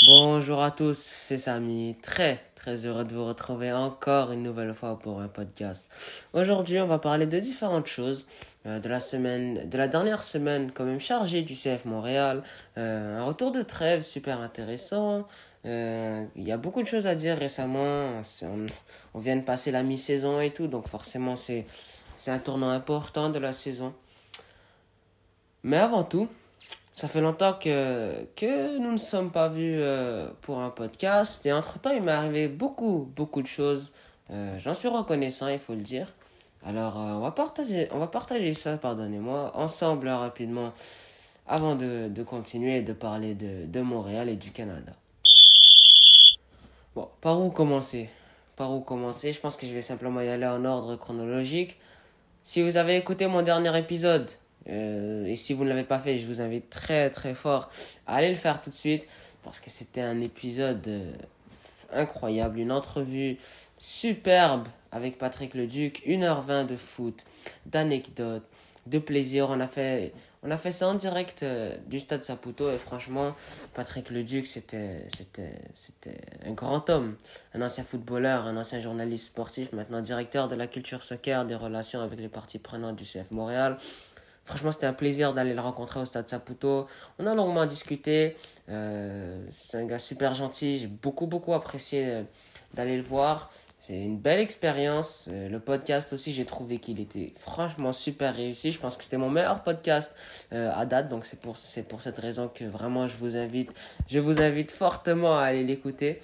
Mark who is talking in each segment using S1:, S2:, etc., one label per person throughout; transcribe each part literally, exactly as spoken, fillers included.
S1: Bonjour à tous, c'est Samy, très très heureux de vous retrouver encore une nouvelle fois pour un podcast. Aujourd'hui, on va parler de différentes choses, euh, de la semaine, de la dernière semaine quand même chargée du C F Montréal, euh, un retour de trêve super intéressant. Euh, Il y a beaucoup de choses à dire récemment. C'est- On, on vient de passer la mi-saison et tout, donc forcément c'est c'est un tournant important de la saison. Mais avant tout, ça fait longtemps que, que nous ne sommes pas vus euh, pour un podcast. Et entre-temps, il m'est arrivé beaucoup, beaucoup de choses. Euh, j'en suis reconnaissant, il faut le dire. Alors, euh, on va partager, on va partager ça, pardonnez-moi, ensemble euh, rapidement, avant de, de continuer et de parler de, de Montréal et du Canada. Bon, par où commencer? Par où commencer? Je pense que je vais simplement y aller en ordre chronologique. Si vous avez écouté mon dernier épisode, euh, et si vous ne l'avez pas fait, je vous invite très très fort à aller le faire tout de suite, parce que c'était un épisode euh, incroyable, une entrevue superbe avec Patrick Leduc, une heure vingt de foot, d'anecdotes, de plaisir. On a fait, on a fait ça en direct euh, du stade Saputo, et franchement, Patrick Leduc, c'était, c'était, c'était un grand homme, un ancien footballeur, un ancien journaliste sportif, maintenant directeur de la culture soccer, des relations avec les parties prenantes du C F Montréal. Franchement, c'était un plaisir d'aller le rencontrer au stade Saputo. On a longuement discuté. Euh, c'est un gars super gentil. J'ai beaucoup, beaucoup apprécié euh, d'aller le voir. C'est une belle expérience. Euh, le podcast aussi, j'ai trouvé qu'il était franchement super réussi. Je pense que c'était mon meilleur podcast euh, à date. Donc, c'est pour, c'est pour cette raison que vraiment, je vous invite, je vous invite fortement à aller l'écouter.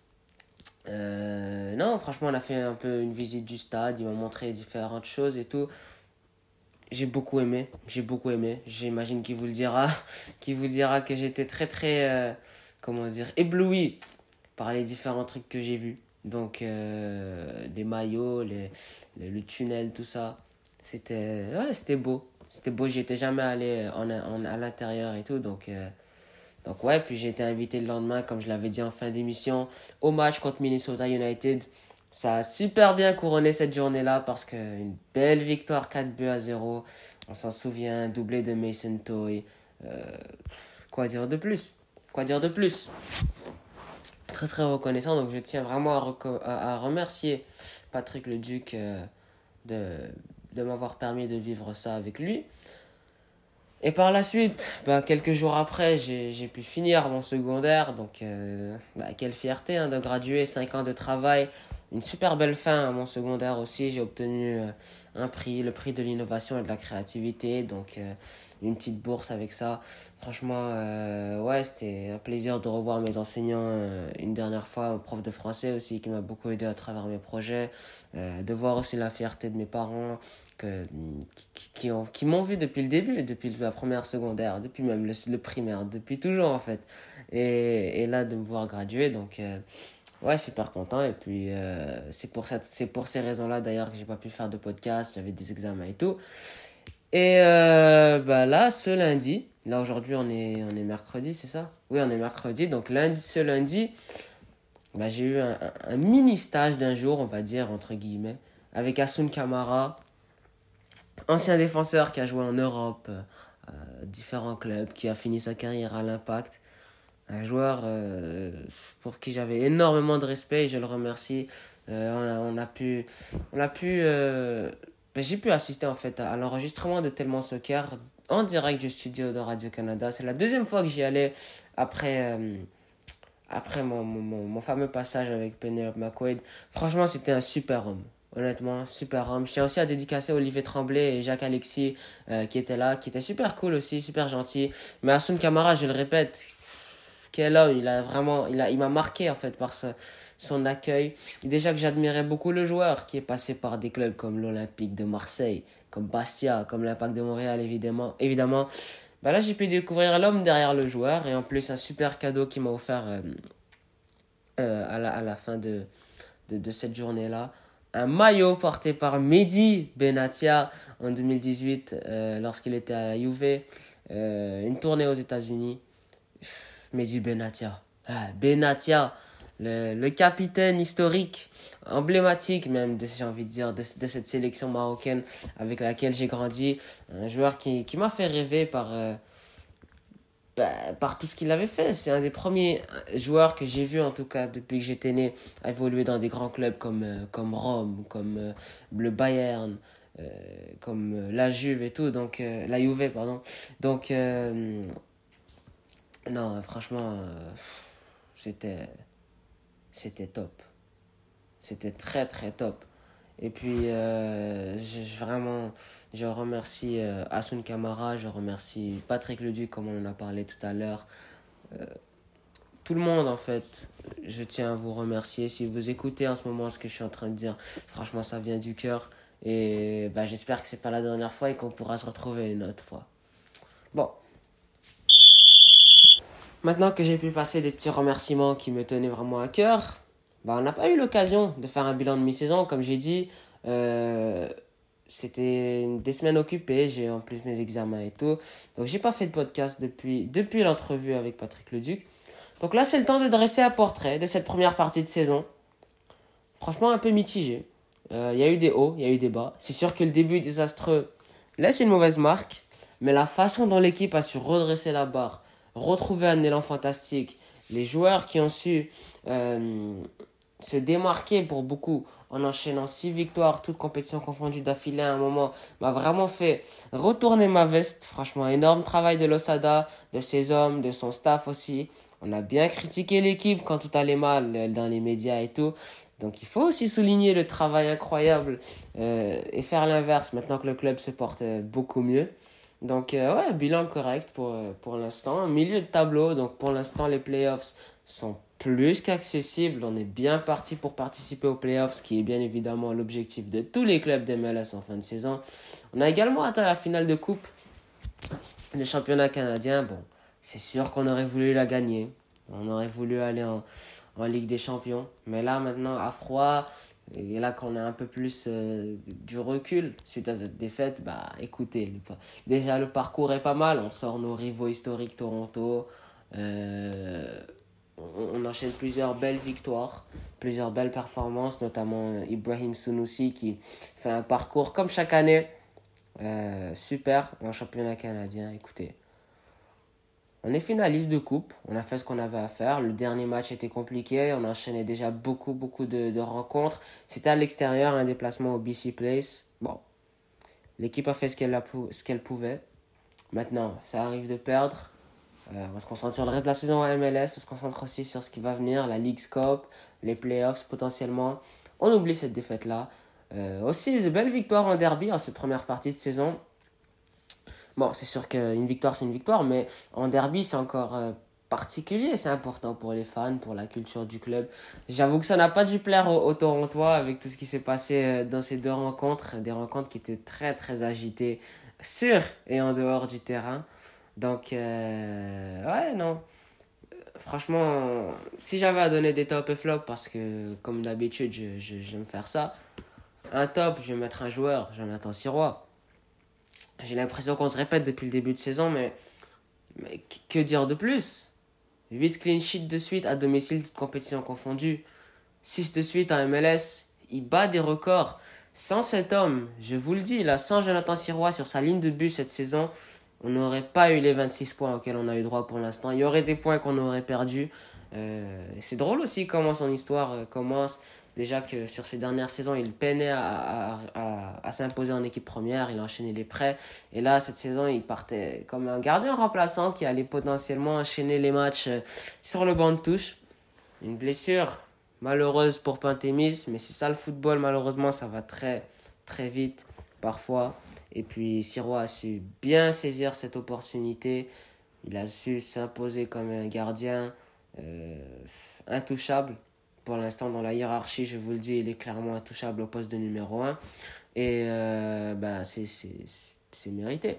S1: Euh, non, franchement, on a fait un peu une visite du stade. Il m'a montré différentes choses et tout. J'ai beaucoup aimé, j'ai beaucoup aimé. J'imagine qu'il vous le dira, qu'il vous dira que j'étais très très, euh, comment dire, ébloui par les différents trucs que j'ai vus. Donc euh, les maillots, les, les- le tunnel, tout ça, c'était, ouais, c'était beau. C'était beau, j'y étais jamais allé en, en, à l'intérieur et tout. Donc, euh, donc ouais, puis j'ai été invité le lendemain, comme je l'avais dit en fin d'émission, au match contre Minnesota United. Ça a super bien couronné cette journée-là parce qu'une belle victoire quatre buts à zéro. On s'en souvient, doublé de Mason Toy. Euh, quoi dire de plus? Quoi dire de plus? Très très reconnaissant, donc je tiens vraiment à, reco- à, à remercier Patrick Leduc euh, de, de m'avoir permis de vivre ça avec lui. Et par la suite, bah, quelques jours après, j'ai, j'ai pu finir mon secondaire. Donc, euh, bah, quelle fierté hein, de graduer, cinq ans de travail. Une super belle fin à mon secondaire aussi. J'ai obtenu euh, un prix, le prix de l'innovation et de la créativité. Donc, euh, une petite bourse avec ça. Franchement, euh, ouais, c'était un plaisir de revoir mes enseignants euh, une dernière fois. Un prof de français aussi qui m'a beaucoup aidé à travers mes projets. Euh, de voir aussi la fierté de mes parents que, qui, qui, ont, qui m'ont vu depuis le début, depuis la première secondaire, depuis même le, le primaire, depuis toujours en fait. Et, et là, de me voir graduer, donc euh, ouais, super content. Et puis, euh, c'est pour, cette, c'est pour ces raisons-là d'ailleurs que j'ai pas pu faire de podcast, j'avais des examens et tout. Et euh, bah là, ce lundi, là aujourd'hui on est, on est mercredi, c'est ça? Oui, on est mercredi, donc lundi, ce lundi, bah, j'ai eu un, un, un mini stage d'un jour, on va dire, entre guillemets, avec Asun Kamara, ancien défenseur qui a joué en Europe, euh, à différents clubs, qui a fini sa carrière à l'Impact. Un joueur euh, pour qui j'avais énormément de respect et je le remercie. Euh, on, a, on a pu. On a pu euh, ben, j'ai pu assister en fait à, à l'enregistrement de Tellement Soccer en direct du studio de Radio-Canada. C'est la deuxième fois que j'y allais après. Euh, après mon, mon, mon, mon fameux passage avec Penelope McQuaid. Franchement, c'était un super homme. Honnêtement, super homme. Je tiens aussi à dédicacer Olivier Tremblay et Jacques Alexis euh, qui étaient là, qui étaient super cool aussi, super gentils. Mais Asun Kamara, je le répète, quel homme, il a vraiment, il a, il m'a marqué en fait par ce, son accueil. Et déjà que j'admirais beaucoup le joueur qui est passé par des clubs comme l'Olympique de Marseille, comme Bastia, comme l'Impact de Montréal évidemment. évidemment. Bah là, j'ai pu découvrir l'homme derrière le joueur et en plus un super cadeau qu'il m'a offert euh, euh, à, la, à la fin de, de, de cette journée-là. Un maillot porté par Mehdi Benatia en deux mille dix-huit euh, lorsqu'il était à la Juve. Euh, une tournée aux États-Unis. Mehdi Benatia. Ah, Benatia, le, le capitaine historique, emblématique même, de, j'ai envie de dire, de, de cette sélection marocaine avec laquelle j'ai grandi. Un joueur qui, qui m'a fait rêver par, euh, bah, par tout ce qu'il avait fait. C'est un des premiers joueurs que j'ai vu, en tout cas, depuis que j'étais né, évoluer dans des grands clubs comme, euh, comme Rome, comme euh, le Bayern, euh, comme euh, la Juve et tout, donc euh, la Juve, pardon. Donc, euh, non, franchement, euh, c'était, c'était top. C'était très, très top. Et puis, euh, je, je- vraiment, je remercie euh, Asun Kamara, je remercie Patrick Leduc, comme on en a parlé tout à l'heure. Tout le monde, en fait, je tiens à vous remercier. Si vous écoutez en ce moment ce que je suis en train de dire, franchement, ça vient du cœur. Et bah, j'espère que c'est pas la dernière fois et qu'on pourra se retrouver une autre fois. Bon, maintenant que j'ai pu passer des petits remerciements qui me tenaient vraiment à cœur, bah, on n'a pas eu l'occasion de faire un bilan de mi-saison, comme j'ai dit. Euh, C'était des semaines occupées, j'ai en plus mes examens et tout. Donc j'ai pas fait de podcast depuis, depuis l'entrevue avec Patrick Leduc. Donc là, c'est le temps de dresser un portrait de cette première partie de saison. Franchement, un peu mitigé. Il euh, y a eu des hauts, il y a eu des bas. C'est sûr que le début désastreux laisse une mauvaise marque. Mais la façon dont l'équipe a su redresser la barre, retrouver un élan fantastique, les joueurs qui ont su euh, se démarquer pour beaucoup en enchaînant six victoires, toutes compétitions confondues d'affilée à un moment, m'a vraiment fait retourner ma veste. Franchement, énorme travail de Losada, de ses hommes, de son staff aussi. On a bien critiqué l'équipe quand tout allait mal dans les médias et tout. Donc il faut aussi souligner le travail incroyable euh, et faire l'inverse maintenant que le club se porte euh, beaucoup mieux. Donc euh, ouais, bilan correct pour, euh, pour l'instant. Milieu de tableau, donc pour l'instant les playoffs sont plus qu'accessibles. On est bien parti pour participer aux playoffs, ce qui est bien évidemment l'objectif de tous les clubs d'M L S en fin de saison. On a également atteint la finale de coupe du championnat canadien. Bon, c'est sûr qu'on aurait voulu la gagner. On aurait voulu aller en, en Ligue des Champions. Mais là, maintenant, à froid, et là qu'on a un peu plus euh, du recul suite à cette défaite, bah écoutez, le, déjà le parcours est pas mal. On sort nos rivaux historiques Toronto. Euh, on, on enchaîne plusieurs belles victoires, plusieurs belles performances, notamment euh, Ibrahim Sunusi qui fait un parcours comme chaque année. Euh, super en championnat canadien. Écoutez, on est finaliste de coupe. On a fait ce qu'on avait à faire. Le dernier match était compliqué. On enchaînait déjà beaucoup, beaucoup de, de rencontres. C'était à l'extérieur, un déplacement au B C Place. Bon, l'équipe a fait ce qu'elle, a, ce qu'elle pouvait. Maintenant, ça arrive de perdre. Euh, on va se concentrer sur le reste de la saison à M L S. On se concentre aussi sur ce qui va venir, la League Cup, les playoffs potentiellement. On oublie cette défaite-là. Euh, aussi, de belles victoires en derby en cette première partie de saison. Bon, c'est sûr qu'une victoire, c'est une victoire, mais en derby, c'est encore euh, particulier. C'est important pour les fans, pour la culture du club. J'avoue que ça n'a pas dû plaire aux, aux Torontois avec tout ce qui s'est passé euh, dans ces deux rencontres. Des rencontres qui étaient très, très agitées sur et en dehors du terrain. Donc, euh, ouais, non. Franchement, si j'avais à donner des top et flops, parce que comme d'habitude, je, je, j'aime faire ça. Un top, je vais mettre un joueur, Jonathan Sirois. J'ai l'impression qu'on se répète depuis le début de saison, mais, mais que dire de plus? Huit clean sheets de suite à domicile, de compétition confondue. Six de suite en M L S. Il bat des records. Sans cet homme, je vous le dis, là, sans Jonathan Sirois sur sa ligne de but cette saison, on n'aurait pas eu les vingt-six points auxquels on a eu droit pour l'instant. Il y aurait des points qu'on aurait perdus. Euh, c'est drôle aussi comment son histoire euh, commence. Déjà que sur ces dernières saisons, il peinait à, à, à, à s'imposer en équipe première. Il enchaînait les prêts. Et là, cette saison, il partait comme un gardien remplaçant qui allait potentiellement enchaîner les matchs euh, sur le banc de touche. Une blessure malheureuse pour Pantémis. Mais c'est ça le football, malheureusement, ça va très, très vite parfois. Et puis Sirois a su bien saisir cette opportunité. Il a su s'imposer comme un gardien euh, intouchable. Pour l'instant, dans la hiérarchie, je vous le dis, il est clairement intouchable au poste de numéro un. Et euh, bah, c'est, c'est, c'est mérité.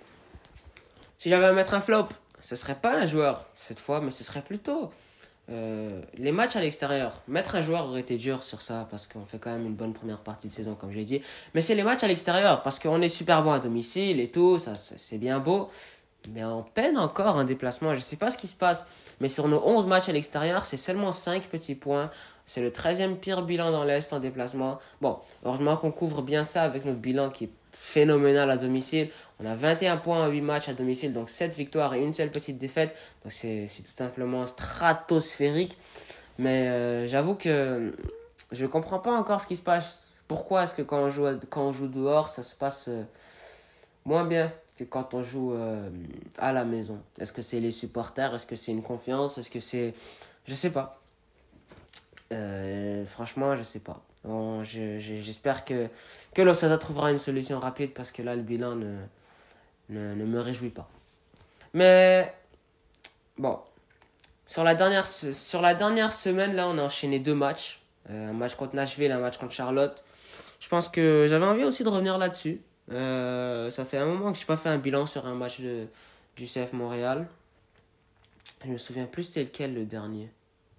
S1: Si j'avais à mettre un flop, ce serait pas un joueur cette fois, mais ce serait plutôt euh, les matchs à l'extérieur. Mettre un joueur aurait été dur sur ça parce qu'on fait quand même une bonne première partie de saison, comme j'ai dit. Mais c'est les matchs à l'extérieur parce qu'on est super bon à domicile et tout, ça, c'est bien beau. Mais on peine encore un déplacement. Je sais pas ce qui se passe. Mais sur nos onze matchs à l'extérieur, c'est seulement cinq petits points. C'est le treizième pire bilan dans l'Est en déplacement. Bon, heureusement qu'on couvre bien ça avec notre bilan qui est phénoménal à domicile. On a vingt et un points en huit matchs à domicile, donc sept victoires et une seule petite défaite. Donc c'est, c'est tout simplement stratosphérique. Mais euh, j'avoue que je ne comprends pas encore ce qui se passe. Pourquoi est-ce que quand on joue, quand on joue dehors, ça se passe euh, moins bien que quand on joue euh, à la maison? Est-ce que c'est les supporters? Est-ce que c'est une confiance? Est-ce que c'est... Je sais pas. Euh, franchement, je sais pas. Bon, je, je, j'espère que, que l'Osada trouvera une solution rapide parce que là, le bilan ne, ne, ne me réjouit pas. Mais bon, sur la dernière, sur la dernière semaine, là, on a enchaîné deux matchs. Euh, un match contre Nashville, un match contre Charlotte. Je pense que j'avais envie aussi de revenir là-dessus. Euh, ça fait un moment que je n'ai pas fait un bilan sur un match de, du C F Montréal. Je me souviens plus c'était lequel le dernier.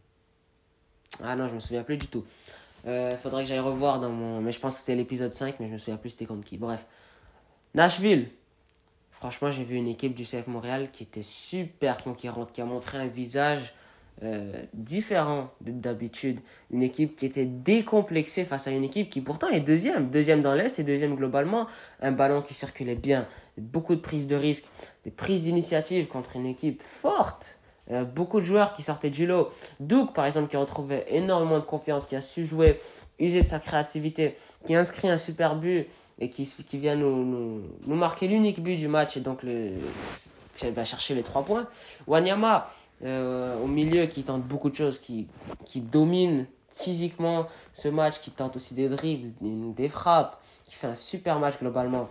S1: Ah non, je me souviens plus du tout. Il euh, faudrait que j'aille revoir dans mon... Mais je pense que c'était l'épisode cinq, mais je me souviens plus c'était contre qui. Bref. Nashville. Franchement, j'ai vu une équipe du C F Montréal qui était super conquérante, qui a montré un visage euh, différent d'habitude. Une équipe qui était décomplexée face à une équipe qui pourtant est deuxième. Deuxième dans l'Est et deuxième globalement. Un ballon qui circulait bien. Beaucoup de prises de risques. Des prises d'initiative contre une équipe forte. Euh, beaucoup de joueurs qui sortaient du lot. Duke, par exemple, qui a retrouvé énormément de confiance, qui a su jouer, user de sa créativité, qui a inscrit un super but et qui, qui vient nous, nous, nous marquer l'unique but du match et donc le, qui va chercher les trois points. Wanyama, euh, au milieu, qui tente beaucoup de choses, qui, qui domine physiquement ce match, qui tente aussi des dribbles, des, des frappes, qui fait un super match globalement.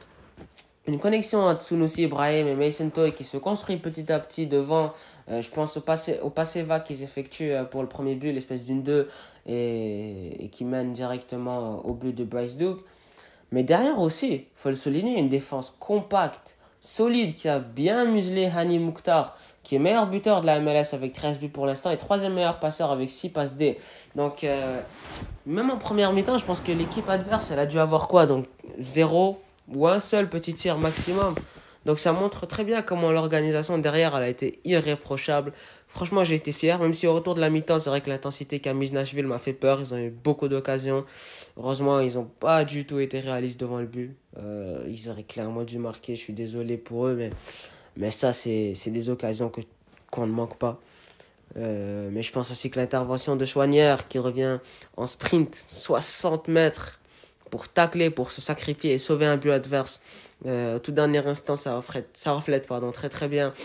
S1: Une connexion entre Sunusi Ibrahim et Mason Toy qui se construit petit à petit devant. Euh, je pense au passé, au passé vague qu'ils effectuent pour le premier but, l'espèce d'une deux, et, et qui mène directement au but de Bryce Duke. Mais derrière aussi, il faut le souligner, une défense compacte, solide, qui a bien muselé Hani Mukhtar, qui est meilleur buteur de la M L S avec treize buts pour l'instant et troisième meilleur passeur avec six passes D. Donc, euh, même en première mi-temps, je pense que l'équipe adverse, elle a dû avoir quoi? Donc, zéro ou un seul petit tir maximum. Donc ça montre très bien comment l'organisation derrière elle a été irréprochable. Franchement, j'ai été fier, même si au retour de la mi-temps, c'est vrai que l'intensité qu'a mise Nashville m'a fait peur. Ils ont eu beaucoup d'occasions. Heureusement, ils n'ont pas du tout été réalistes devant le but. Euh, ils auraient clairement dû marquer. Je suis désolé pour eux, mais, mais ça, c'est, c'est des occasions que, qu'on ne manque pas. Euh, mais je pense aussi que l'intervention de Chouanière qui revient en sprint, soixante mètres, pour tacler, pour se sacrifier et sauver un but adverse. Euh, au tout dernier instant, ça reflète, ça reflète pardon, très très bien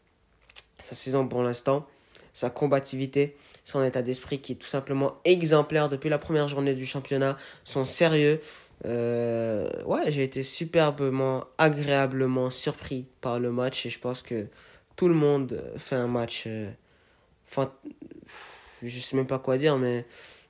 S1: sa saison pour l'instant, sa combativité, son état d'esprit qui est tout simplement exemplaire depuis la première journée du championnat, son sérieux. Euh, ouais, j'ai été superbement, agréablement surpris par le match et je pense que tout le monde fait un match... Euh, fant... Je sais même pas quoi dire, mais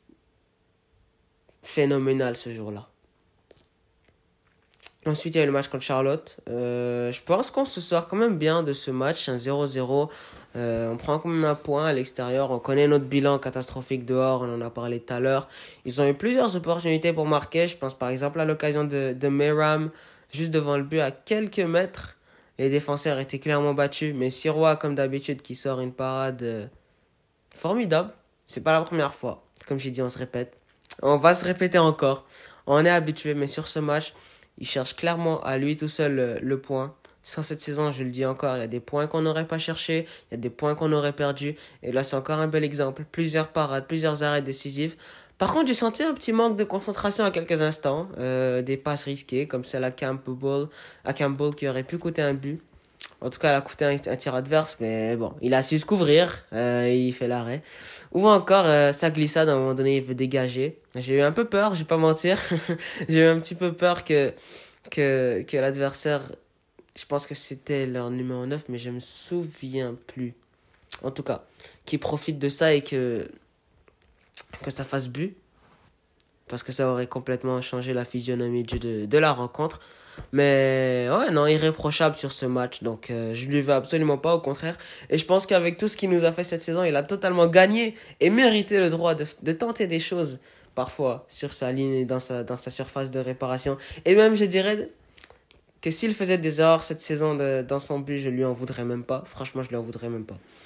S1: phénoménal ce jour-là. Ensuite, il y a eu le match contre Charlotte. Euh, je pense qu'on se sort quand même bien de ce match, un zéro zéro. Euh, on prend quand même un point à l'extérieur. On connaît notre bilan catastrophique dehors, on en a parlé tout à l'heure. Ils ont eu plusieurs opportunités pour marquer. Je pense par exemple à l'occasion de, de Meram, juste devant le but à quelques mètres. Les défenseurs étaient clairement battus. Mais Sirois, comme d'habitude, qui sort une parade euh, formidable. C'est pas la première fois. Comme j'ai dit, on se répète. On va se répéter encore. On est habitué, mais sur ce match... Il cherche clairement à lui tout seul le, le point. Sans cette saison, je le dis encore, il y a des points qu'on n'aurait pas cherchés, il y a des points qu'on aurait perdus. Et là, c'est encore un bel exemple. Plusieurs parades, plusieurs arrêts décisifs. Par contre, j'ai senti un petit manque de concentration à quelques instants. Euh, des passes risquées, comme celle à Campbell, à Campbell qui aurait pu coûter un but. En tout cas, elle a coûté un, un tir adverse, mais bon, il a su se couvrir, euh, il fait l'arrêt. Ou encore, euh, sa glissade, à un moment donné, il veut dégager. J'ai eu un peu peur, je vais pas mentir. J'ai eu un petit peu peur que, que, que l'adversaire, je pense que c'était leur numéro neuf, mais je me souviens plus. En tout cas, qu'il profite de ça et que, que ça fasse but. Parce que ça aurait complètement changé la physionomie de, de la rencontre. Mais ouais, non, irréprochable sur ce match. Donc, euh, je lui veux absolument pas, au contraire. Et je pense qu'avec tout ce qu'il nous a fait cette saison, il a totalement gagné et mérité le droit de, de tenter des choses, parfois, sur sa ligne et dans sa, dans sa surface de réparation. Et même, je dirais que s'il faisait des erreurs cette saison de, dans son but, je lui en voudrais même pas. Franchement, je lui en voudrais même pas.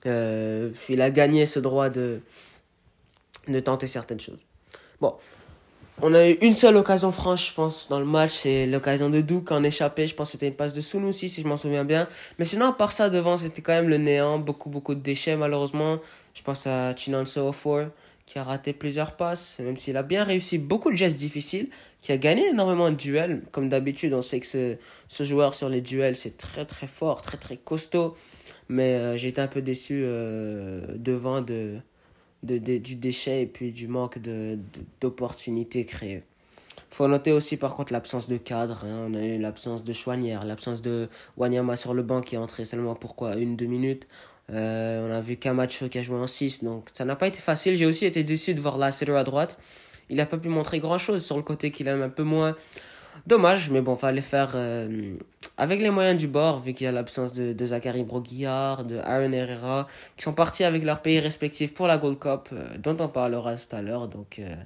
S1: Euh, il a gagné ce droit de, de tenter certaines choses. Bon, on a eu une seule occasion franche, je pense, dans le match. C'est l'occasion de Douk en échappé. Je pense que c'était une passe de Sunusi, si je m'en souviens bien. Mais sinon, à part ça, devant, c'était quand même le néant. Beaucoup, beaucoup de déchets, malheureusement. Je pense à Chinonso Ofor, qui a raté plusieurs passes, même s'il a bien réussi beaucoup de gestes difficiles, qui a gagné énormément de duels. Comme d'habitude, on sait que ce, ce joueur sur les duels, c'est très, très fort, très, très costaud. Mais euh, j'ai été un peu déçu euh, devant de... De, de, du déchet et puis du manque de, de, d'opportunités créées. Il faut noter aussi par contre l'absence de cadre. Hein. On a eu l'absence de Chouanière, l'absence de Wanyama sur le banc qui est entré seulement pour quoi, une deux minutes. Euh, on a vu Camacho qui a joué en six, donc ça n'a pas été facile. J'ai aussi été déçu de voir Lassiter à droite. Il n'a pas pu montrer grand chose sur le côté qu'il aime un peu moins. Dommage, mais bon, fallait faire euh, avec les moyens du bord, vu qu'il y a l'absence de, de Zachary Broguillard, de Aaron Herrera, qui sont partis avec leurs pays respectifs pour la Gold Cup, euh, dont on parlera tout à l'heure. Donc, euh...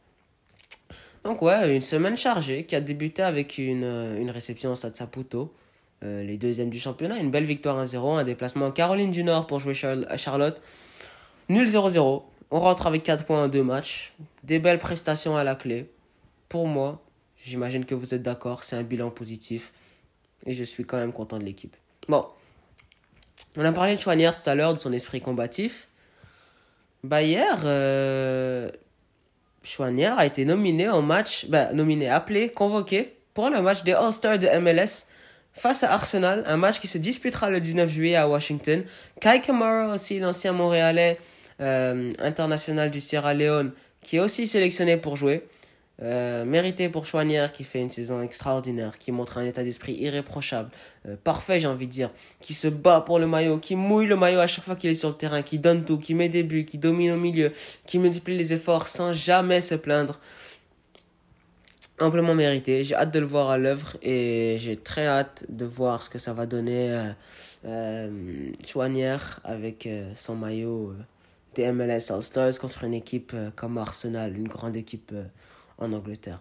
S1: donc ouais, une semaine chargée, qui a débuté avec une, une réception au Stade Saputo, euh, les deuxièmes du championnat, une belle victoire un zéro, un déplacement en Caroline du Nord pour jouer à Charlotte, nul zéro zéro. On rentre avec quatre points en deux matchs, des belles prestations à la clé. Pour moi, j'imagine que vous êtes d'accord, c'est un bilan positif. Et je suis quand même content de l'équipe. Bon, on a parlé de Chouanière tout à l'heure, de son esprit combatif. Bah hier, euh, Chouanière a été nominé au match, bah nominé, appelé, convoqué pour le match des All-Stars de M L S face à Arsenal. Un match qui se disputera le dix-neuf juillet à Washington. Kai Kamara aussi, l'ancien Montréalais euh, international du Sierra Leone, qui est aussi sélectionné pour jouer. Euh, mérité pour Chouanière qui fait une saison extraordinaire, qui montre un état d'esprit irréprochable, euh, parfait j'ai envie de dire, qui se bat pour le maillot, qui mouille le maillot à chaque fois qu'il est sur le terrain, qui donne tout, qui met des buts, qui domine au milieu, qui multiplie les efforts sans jamais se plaindre. Amplement mérité, j'ai hâte de le voir à l'œuvre et j'ai très hâte de voir ce que ça va donner euh, euh, Chouanière avec euh, son maillot euh, des M L S All-Stars contre une équipe euh, comme Arsenal, une grande équipe euh, en Angleterre.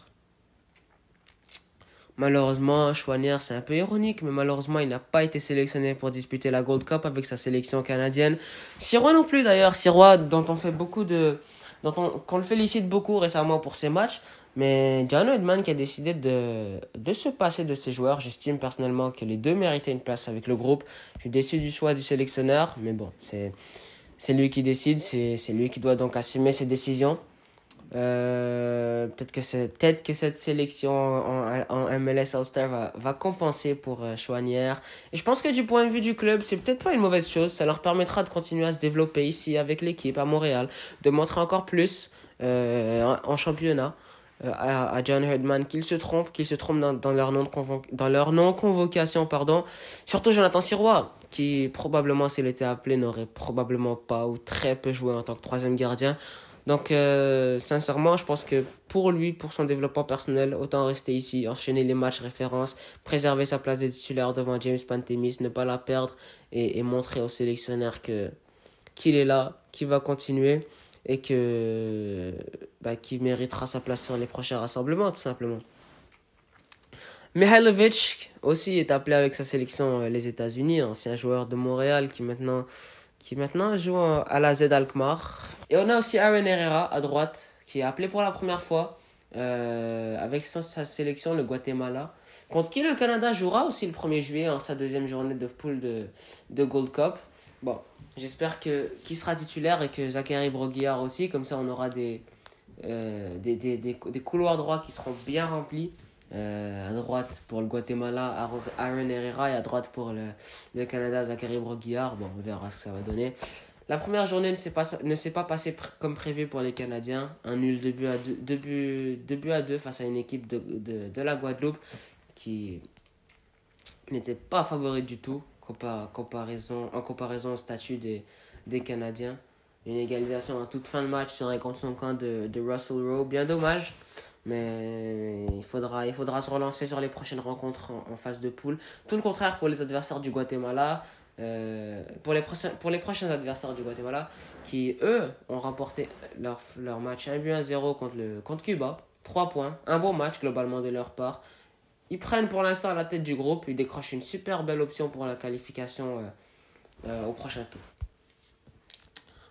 S1: Malheureusement, Chouanière, c'est un peu ironique, mais malheureusement, il n'a pas été sélectionné pour disputer la Gold Cup avec sa sélection canadienne. Sirois non plus d'ailleurs, Sirois dont on fait beaucoup de, dont on, qu'on le félicite beaucoup récemment pour ses matchs, mais John Herdman qui a décidé de, de se passer de ses joueurs. J'estime personnellement que les deux méritaient une place avec le groupe. Je suis déçu du choix du sélectionneur, mais bon, c'est, c'est lui qui décide, c'est, c'est lui qui doit donc assumer ses décisions. Euh, peut-être que c'est peut-être que cette sélection en, en M L S All-Star va, va compenser pour euh, Chouanière. Et je pense que du point de vue du club, c'est peut-être pas une mauvaise chose. Ça leur permettra de continuer à se développer ici avec l'équipe à Montréal, de montrer encore plus euh, en, en championnat euh, à, à John Herdman qu'ils se trompent, qu'ils se trompent dans, dans leur non convo- dans leur non convocation pardon. Surtout Jonathan Sirois, qui probablement s'il était appelé n'aurait probablement pas ou très peu joué en tant que troisième gardien. Donc, euh, sincèrement, je pense que pour lui, pour son développement personnel, autant rester ici, enchaîner les matchs références, préserver sa place de titulaire devant James Pantemis, ne pas la perdre et, et montrer au sélectionneur que, qu'il est là, qu'il va continuer et que, bah, qu'il méritera sa place sur les prochains rassemblements, tout simplement. Mihailovic aussi est appelé avec sa sélection euh, les États-Unis, ancien joueur de Montréal qui maintenant, qui maintenant joue à la Z Alkmaar. Et on a aussi Aaron Herrera à droite qui est appelé pour la première fois euh, avec sa, sa sélection le Guatemala, contre qui le Canada jouera aussi le premier juillet en sa deuxième journée de poule de, de Gold Cup. Bon, j'espère que, qu'il sera titulaire et que Zachary Broguillard aussi, comme ça on aura des, euh, des, des, des, des couloirs droits qui seront bien remplis. Euh, à droite pour le Guatemala, Aaron Herrera, et à droite pour le, le Canada, Zachary Broguillard. Bon, on verra ce que ça va donner. La première journée ne s'est pas, ne s'est pas passée pr- comme prévu pour les Canadiens. Un nul de but à deux, deux buts, deux buts à deux face à une équipe de, de, de la Guadeloupe qui n'était pas favorite du tout compar- comparaison, en comparaison au statut des, des Canadiens. Une égalisation en toute fin de match sur un contre son camp de, de Russell Rowe. Bien dommage. Mais il faudra, il faudra se relancer sur les prochaines rencontres en, en phase de poule. Tout le contraire pour les adversaires du Guatemala. Euh, pour, les prochains, pour les prochains adversaires du Guatemala qui, eux, ont remporté leur, leur match un but à zéro contre, le, contre Cuba. trois points. Un bon match globalement de leur part. Ils prennent pour l'instant la tête du groupe. Ils décrochent une super belle option pour la qualification euh, euh, au prochain tour.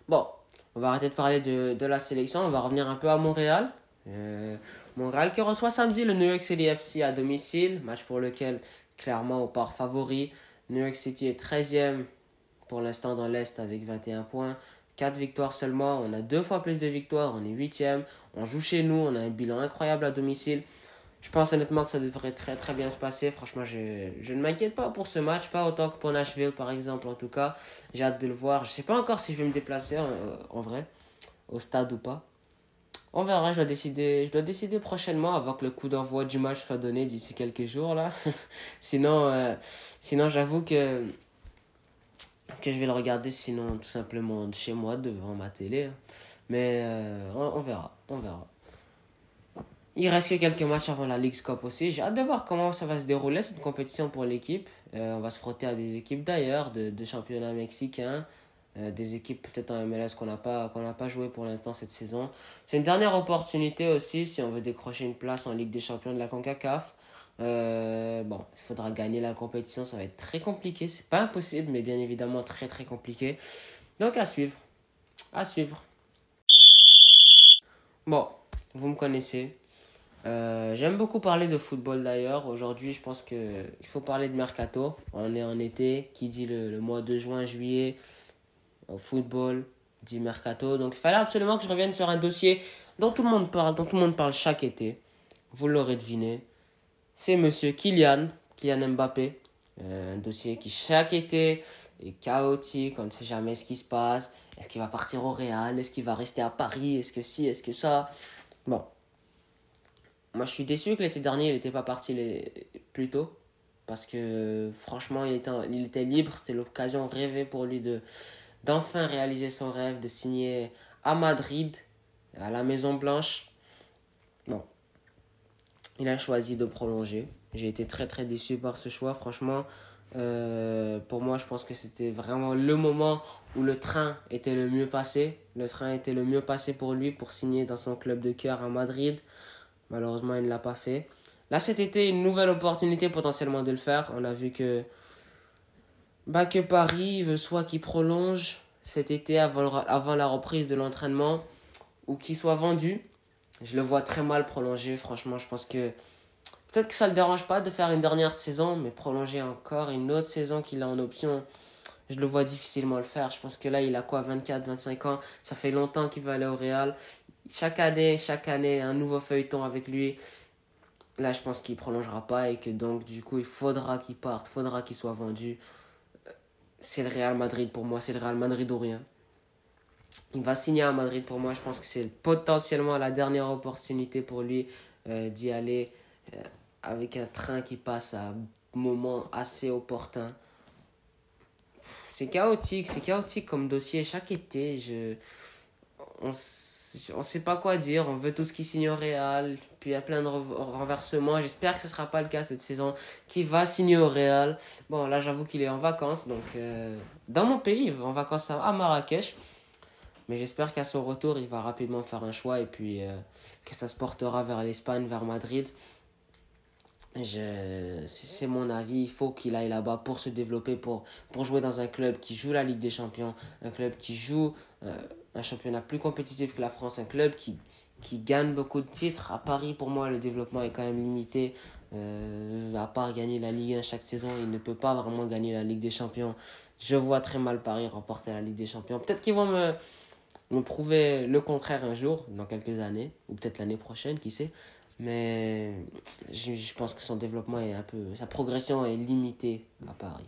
S1: Bon, on va arrêter de parler de, de la sélection. On va revenir un peu à Montréal. Euh, Montréal qui reçoit samedi le New York City F C à domicile. Match pour lequel, clairement, on part favori. New York City est treizième pour l'instant dans l'Est avec vingt et un points. quatre victoires seulement. On a deux fois plus de victoires. On est huitième. On joue chez nous. On a un bilan incroyable à domicile. Je pense honnêtement que ça devrait très très bien se passer. Franchement, je, je ne m'inquiète pas pour ce match. Pas autant que pour Nashville, par exemple, en tout cas. J'ai hâte de le voir. Je ne sais pas encore si je vais me déplacer en, en vrai, au stade ou pas. On verra, je dois décider, je dois décider prochainement avant que le coup d'envoi du match soit donné d'ici quelques jours là. sinon, euh, sinon j'avoue que, que je vais le regarder sinon tout simplement de chez moi devant ma télé. Hein. Mais euh, on, on verra, on verra. Il reste que quelques matchs avant la Leagues Cup aussi. J'ai hâte de voir comment ça va se dérouler cette compétition pour l'équipe. Euh, on va se frotter à des équipes d'ailleurs, de, de championnats mexicains. Euh, des équipes peut-être en M L S qu'on n'a pas, qu'on n'a pas joué pour l'instant cette saison. C'est une dernière opportunité aussi si on veut décrocher une place en Ligue des Champions de la CONCACAF. Euh, bon, il faudra gagner la compétition, ça va être très compliqué. C'est pas impossible, mais bien évidemment très très compliqué. Donc à suivre, à suivre. Bon, vous me connaissez. Euh, j'aime beaucoup parler de football d'ailleurs. Aujourd'hui, je pense qu'il faut parler de mercato. On est en été, qui dit le, le mois de juin, juillet. Au football, dit mercato. Donc il fallait absolument que je revienne sur un dossier dont tout le monde parle, dont tout le monde parle chaque été. Vous l'aurez deviné. C'est monsieur Kylian, Kylian Mbappé. Euh, un dossier qui chaque été est chaotique, on ne sait jamais ce qui se passe. Est-ce qu'il va partir au Real? Est-ce qu'il va rester à Paris? Est-ce que si? Est-ce que ça? Bon. Moi je suis déçu que l'été dernier il n'était pas parti les... plus tôt. Parce que franchement il était, il était libre. C'était l'occasion rêvée pour lui de d'enfin réaliser son rêve de signer à Madrid, à la Maison Blanche. Bon, il a choisi de prolonger. J'ai été très très déçu par ce choix. Franchement, euh, pour moi, je pense que c'était vraiment le moment où le train était le mieux passé. Le train était le mieux passé pour lui pour signer dans son club de cœur à Madrid. Malheureusement, il ne l'a pas fait. Là, cet été, une nouvelle opportunité potentiellement de le faire. On a vu que Bah que Paris veut soit qu'il prolonge cet été avant, avant la reprise de l'entraînement ou qu'il soit vendu. Je le vois très mal prolonger, franchement. Je pense que peut-être que ça ne le dérange pas de faire une dernière saison, mais prolonger encore une autre saison qu'il a en option, je le vois difficilement le faire. Je pense que là, il a quoi, vingt-quatre, vingt-cinq ans. Ça fait longtemps qu'il va aller au Real. Chaque année, chaque année, un nouveau feuilleton avec lui. Là, je pense qu'il ne prolongera pas et que donc, du coup, il faudra qu'il parte, il faudra qu'il soit vendu. C'est le Real Madrid pour moi, c'est le Real Madrid ou rien. Il va signer à Madrid pour moi, je pense que c'est potentiellement la dernière opportunité pour lui euh, d'y aller euh, avec un train qui passe à un moment assez opportun. C'est chaotique, c'est chaotique comme dossier chaque été. Je... On ne sait pas quoi dire, on veut tous qu'il signe au Real, puis il y a plein de renversements. J'espère que ce ne sera pas le cas cette saison, qui va signer au Real. Bon, là j'avoue qu'il est en vacances, donc euh, dans mon pays, en vacances à Marrakech. Mais j'espère qu'à son retour, il va rapidement faire un choix et puis euh, que ça se portera vers l'Espagne, vers Madrid. Je, c'est mon avis, il faut qu'il aille là-bas pour se développer, pour, pour jouer dans un club qui joue la Ligue des Champions, un club qui joue euh, un championnat plus compétitif que la France, un club qui, qui gagne beaucoup de titres. À Paris, pour moi, le développement est quand même limité. Euh, à part gagner la Ligue un chaque saison, il ne peut pas vraiment gagner la Ligue des Champions. Je vois très mal Paris remporter la Ligue des Champions. Peut-être qu'ils vont me, me prouver le contraire un jour, dans quelques années, ou peut-être l'année prochaine, qui sait. Mais je, je pense que son développement est un peu... Sa progression est limitée à Paris.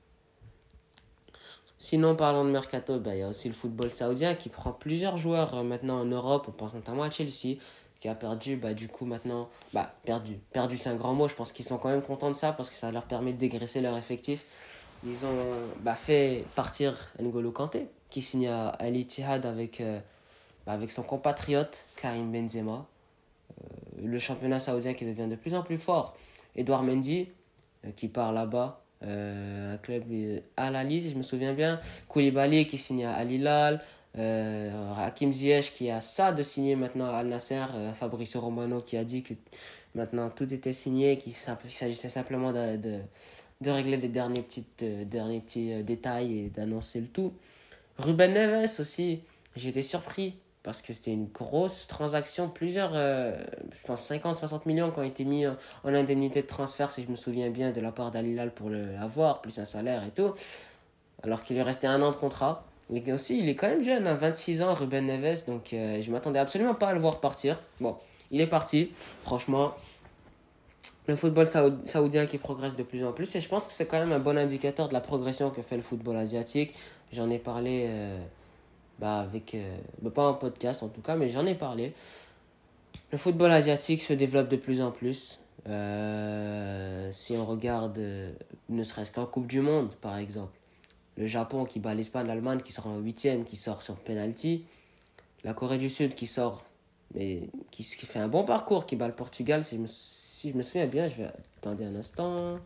S1: Sinon, parlons de Mercato, bah, il y a aussi le football saoudien qui prend plusieurs joueurs euh, maintenant en Europe. On pense notamment à Chelsea, qui a perdu, bah, du coup, maintenant... Bah, perdu. Perdu, c'est un grand mot. Je pense qu'ils sont quand même contents de ça parce que ça leur permet de dégraisser leur effectif. Ils ont bah, fait partir N'Golo Kanté, qui signe à Al Ittihad avec, euh, bah, avec son compatriote Karim Benzema. Le championnat saoudien qui devient de plus en plus fort. Edouard Mendy, euh, qui part là-bas, euh, un club euh, Al Ahly, si je me souviens bien. Koulibaly qui signe à Al Hilal. Euh, Hakim Ziyech qui a ça de signer maintenant à Al Nasser. Euh, Fabrizio Romano qui a dit que maintenant tout était signé, qu'il s'agissait simplement de, de, de régler les derniers petits, euh, derniers petits euh, détails et d'annoncer le tout. Ruben Neves aussi, j'ai été surpris parce que c'était une grosse transaction. Plusieurs, euh, je pense cinquante soixante millions qui ont été mis en, en indemnité de transfert, si je me souviens bien, de la part d'Al Hilal pour l'avoir, plus un salaire et tout. Alors qu'il lui restait un an de contrat. Et aussi, il est quand même jeune, hein, vingt-six ans, Ruben Neves, donc euh, je m'attendais absolument pas à le voir partir. Bon, il est parti, franchement. Le football saoud- saoudien qui progresse de plus en plus, et je pense que c'est quand même un bon indicateur de la progression que fait le football asiatique. J'en ai parlé, euh, bah avec, euh, bah pas en podcast en tout cas, mais j'en ai parlé. Le football asiatique se développe de plus en plus. Euh, si on regarde, euh, ne serait-ce qu'en Coupe du Monde, par exemple. Le Japon qui bat l'Espagne, l'Allemagne qui sort en huitième, qui sort sur penalty. La Corée du Sud qui sort, mais qui, qui fait un bon parcours, qui bat le Portugal. Si je me, si je me souviens bien, je vais... Attendez un instant.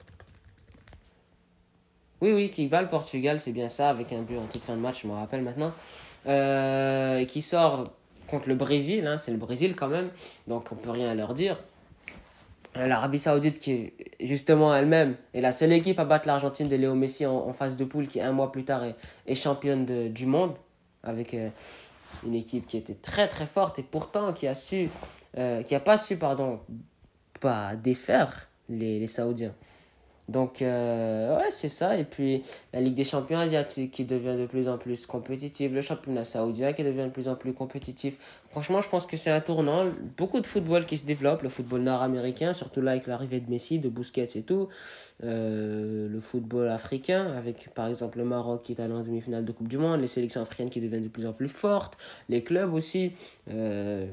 S1: Oui, oui, qui bat le Portugal, c'est bien ça, avec un but en toute fin de match, je me rappelle maintenant. Euh, et qui sort contre le Brésil, hein, c'est le Brésil quand même, donc on peut rien leur dire. L'Arabie Saoudite, qui justement elle-même est la seule équipe à battre l'Argentine de Léo Messi en, en phase de poule, qui un mois plus tard est, est championne de, du monde, avec euh, une équipe qui était très très forte et pourtant qui a su, euh, qui a pas su, pardon, pas défaire les, les Saoudiens. Donc, euh, ouais, c'est ça. Et puis, la Ligue des champions asiatiques qui devient de plus en plus compétitive. Le championnat saoudien qui devient de plus en plus compétitif. Franchement, je pense que c'est un tournant. Beaucoup de football qui se développe. Le football nord-américain, surtout là avec l'arrivée de Messi, de Busquets et tout. Euh, le football africain, avec par exemple le Maroc qui est allé en demi-finale de Coupe du Monde. Les sélections africaines qui deviennent de plus en plus fortes. Les clubs aussi. Euh,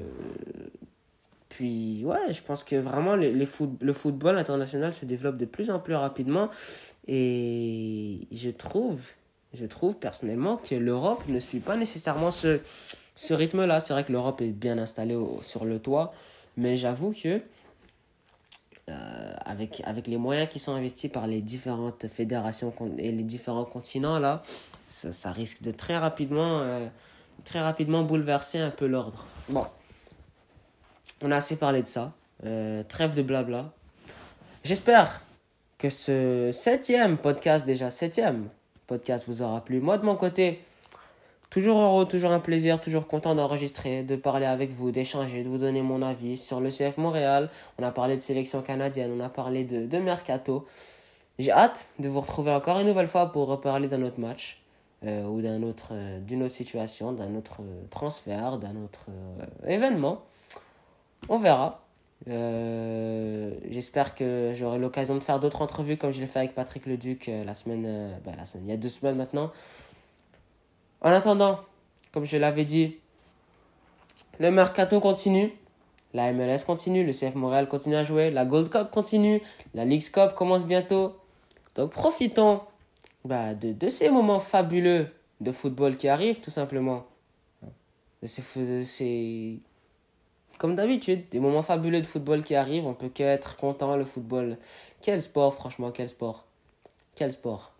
S1: Puis, ouais, je pense que vraiment les, les foot, le football international se développe de plus en plus rapidement. Et je trouve, je trouve personnellement que l'Europe ne suit pas nécessairement ce, ce rythme-là. C'est vrai que l'Europe est bien installée au, sur le toit. Mais j'avoue que, euh, avec, avec les moyens qui sont investis par les différentes fédérations et les différents continents, là, ça, ça risque de très rapidement, euh, très rapidement bouleverser un peu l'ordre. Bon. On a assez parlé de ça. Euh, trêve de blabla. J'espère que ce septième podcast, déjà septième podcast, vous aura plu. Moi, de mon côté, toujours heureux, toujours un plaisir, toujours content d'enregistrer, de parler avec vous, d'échanger, de vous donner mon avis sur le C F Montréal. On a parlé de sélection canadienne, on a parlé de, de Mercato. J'ai hâte de vous retrouver encore une nouvelle fois pour reparler d'un autre match. Euh, ou d'un autre, euh, d'une autre situation, d'un autre euh, transfert, d'un autre euh, événement. On verra. Euh, j'espère que j'aurai l'occasion de faire d'autres entrevues comme je l'ai fait avec Patrick Leduc euh, la semaine, euh, bah, la semaine, il y a deux semaines maintenant. En attendant, comme je l'avais dit, le Mercato continue, la M L S continue, le C F Montréal continue à jouer, la Gold Cup continue, la Leagues Cup commence bientôt. Donc profitons bah, de, de ces moments fabuleux de football qui arrivent tout simplement. C'est... c'est Comme d'habitude, des moments fabuleux de football qui arrivent, on peut qu'être content, le football. Quel sport, franchement, quel sport. Quel sport.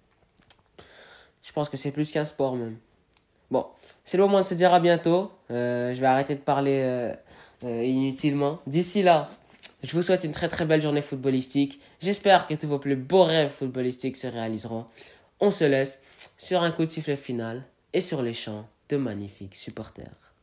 S1: Je pense que c'est plus qu'un sport même. Bon, c'est le moment de se dire à bientôt. Euh, je vais arrêter de parler euh, euh, inutilement. D'ici là, je vous souhaite une très très belle journée footballistique. J'espère que tous vos plus beaux rêves footballistiques se réaliseront. On se laisse sur un coup de sifflet final et sur les chants de magnifiques supporters.